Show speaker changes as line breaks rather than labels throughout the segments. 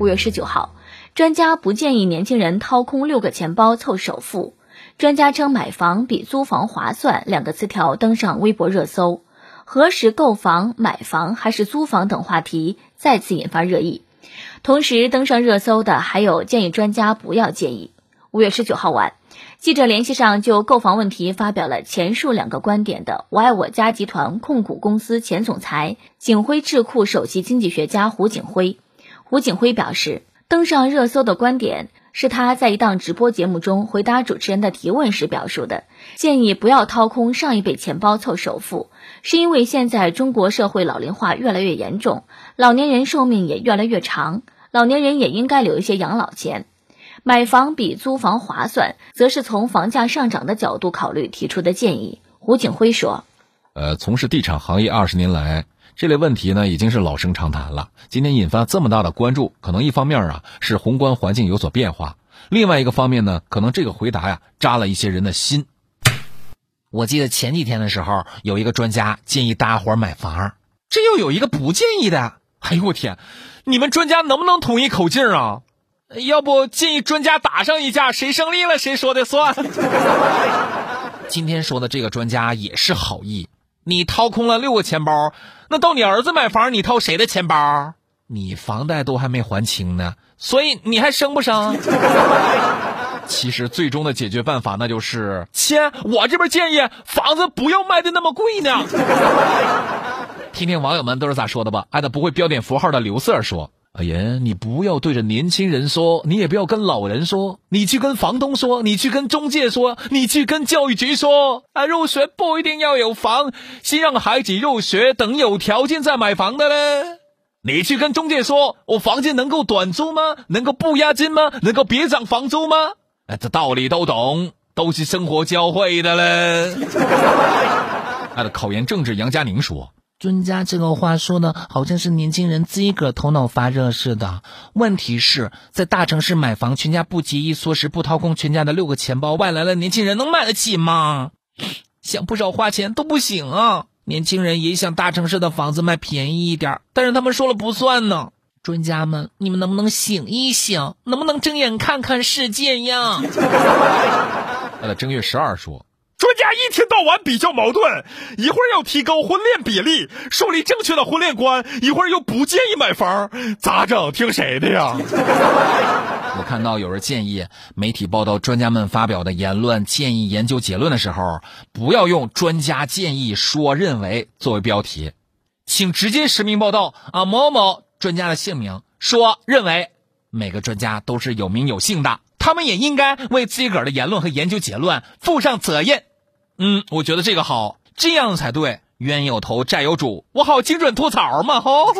5月19号，专家不建议年轻人掏空6个钱包凑首付。专家称买房比租房划算2个词条登上微博热搜，何时购房、买房还是租房等话题再次引发热议。同时登上热搜的还有建议专家不要介意。5月19号晚，记者联系上就购房问题发表了前述2个观点的我爱我家集团控股公司前总裁、景辉智库首席经济学家胡景辉。胡景辉表示，登上热搜的观点是他在一档直播节目中回答主持人的提问时表述的，建议不要掏空上一辈钱包凑首付，是因为现在中国社会老龄化越来越严重，老年人寿命也越来越长，老年人也应该留一些养老钱。买房比租房划算，则是从房价上涨的角度考虑提出的建议。胡景辉说，
从事地产行业20年来，这类问题呢已经是老生常谈了。今天引发这么大的关注，可能一方面是宏观环境有所变化，另外一个方面呢，可能这个回答扎了一些人的心。
我记得前几天的时候，有一个专家建议大家伙买房，这又有一个不建议的。哎呦我天，你们专家能不能统一口径啊？要不建议专家打上一架，谁胜利了谁说的算。今天说的这个专家也是好意，你掏空了6个钱包，那到你儿子买房，你掏谁的钱包？你房贷都还没还清呢，所以你还生不生？其实最终的解决办法那就是亲，我这边建议房子不要卖的那么贵呢。听听网友们都是咋说的吧。爱的不会标点符号的刘四儿说，哎呀，你不要对着年轻人说，你也不要跟老人说，你去跟房东说，你去跟中介说，你去跟教育局说，入学不一定要有房，先让孩子入学，等有条件再买房的嘞。你去跟中介说，我房子能够短租吗？能够不押金吗？能够别涨房租吗？这道理都懂，都是生活教会的嘞。考研政治杨佳宁说，专家这个话说的好像是年轻人自己个头脑发热似的。问题是在大城市买房，全家不节衣缩食，不掏空全家的6个钱包，外来的年轻人能买得起吗？想不少花钱都不行啊。年轻人也想大城市的房子卖便宜一点，但是他们说了不算呢。专家们，你们能不能醒一醒？能不能睁眼看看世界呀？
正月12说，
专家一天到晚比较矛盾，一会儿要提高婚恋比例，树立正确的婚恋观，一会儿又不建议买房，咋整？听谁的呀？
我看到有人建议媒体报道专家们发表的言论、建议、研究、结论的时候，不要用专家建议说认为作为标题，请直接实名报道某某专家的姓名，说认为。每个专家都是有名有姓的，他们也应该为自己个儿的言论和研究结论负上责任。我觉得这个好，这样才对。冤有头债有主，我好精准吐槽嘛吼。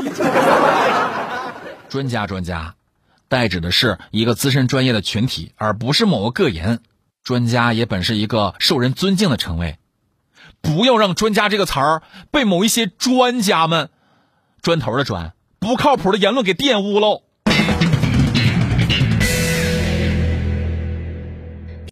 专家代指的是一个资深专业的群体，而不是某个人。专家也本是一个受人尊敬的称谓，不要让专家这个词儿被某一些专家们砖头的砖不靠谱的言论给玷污喽。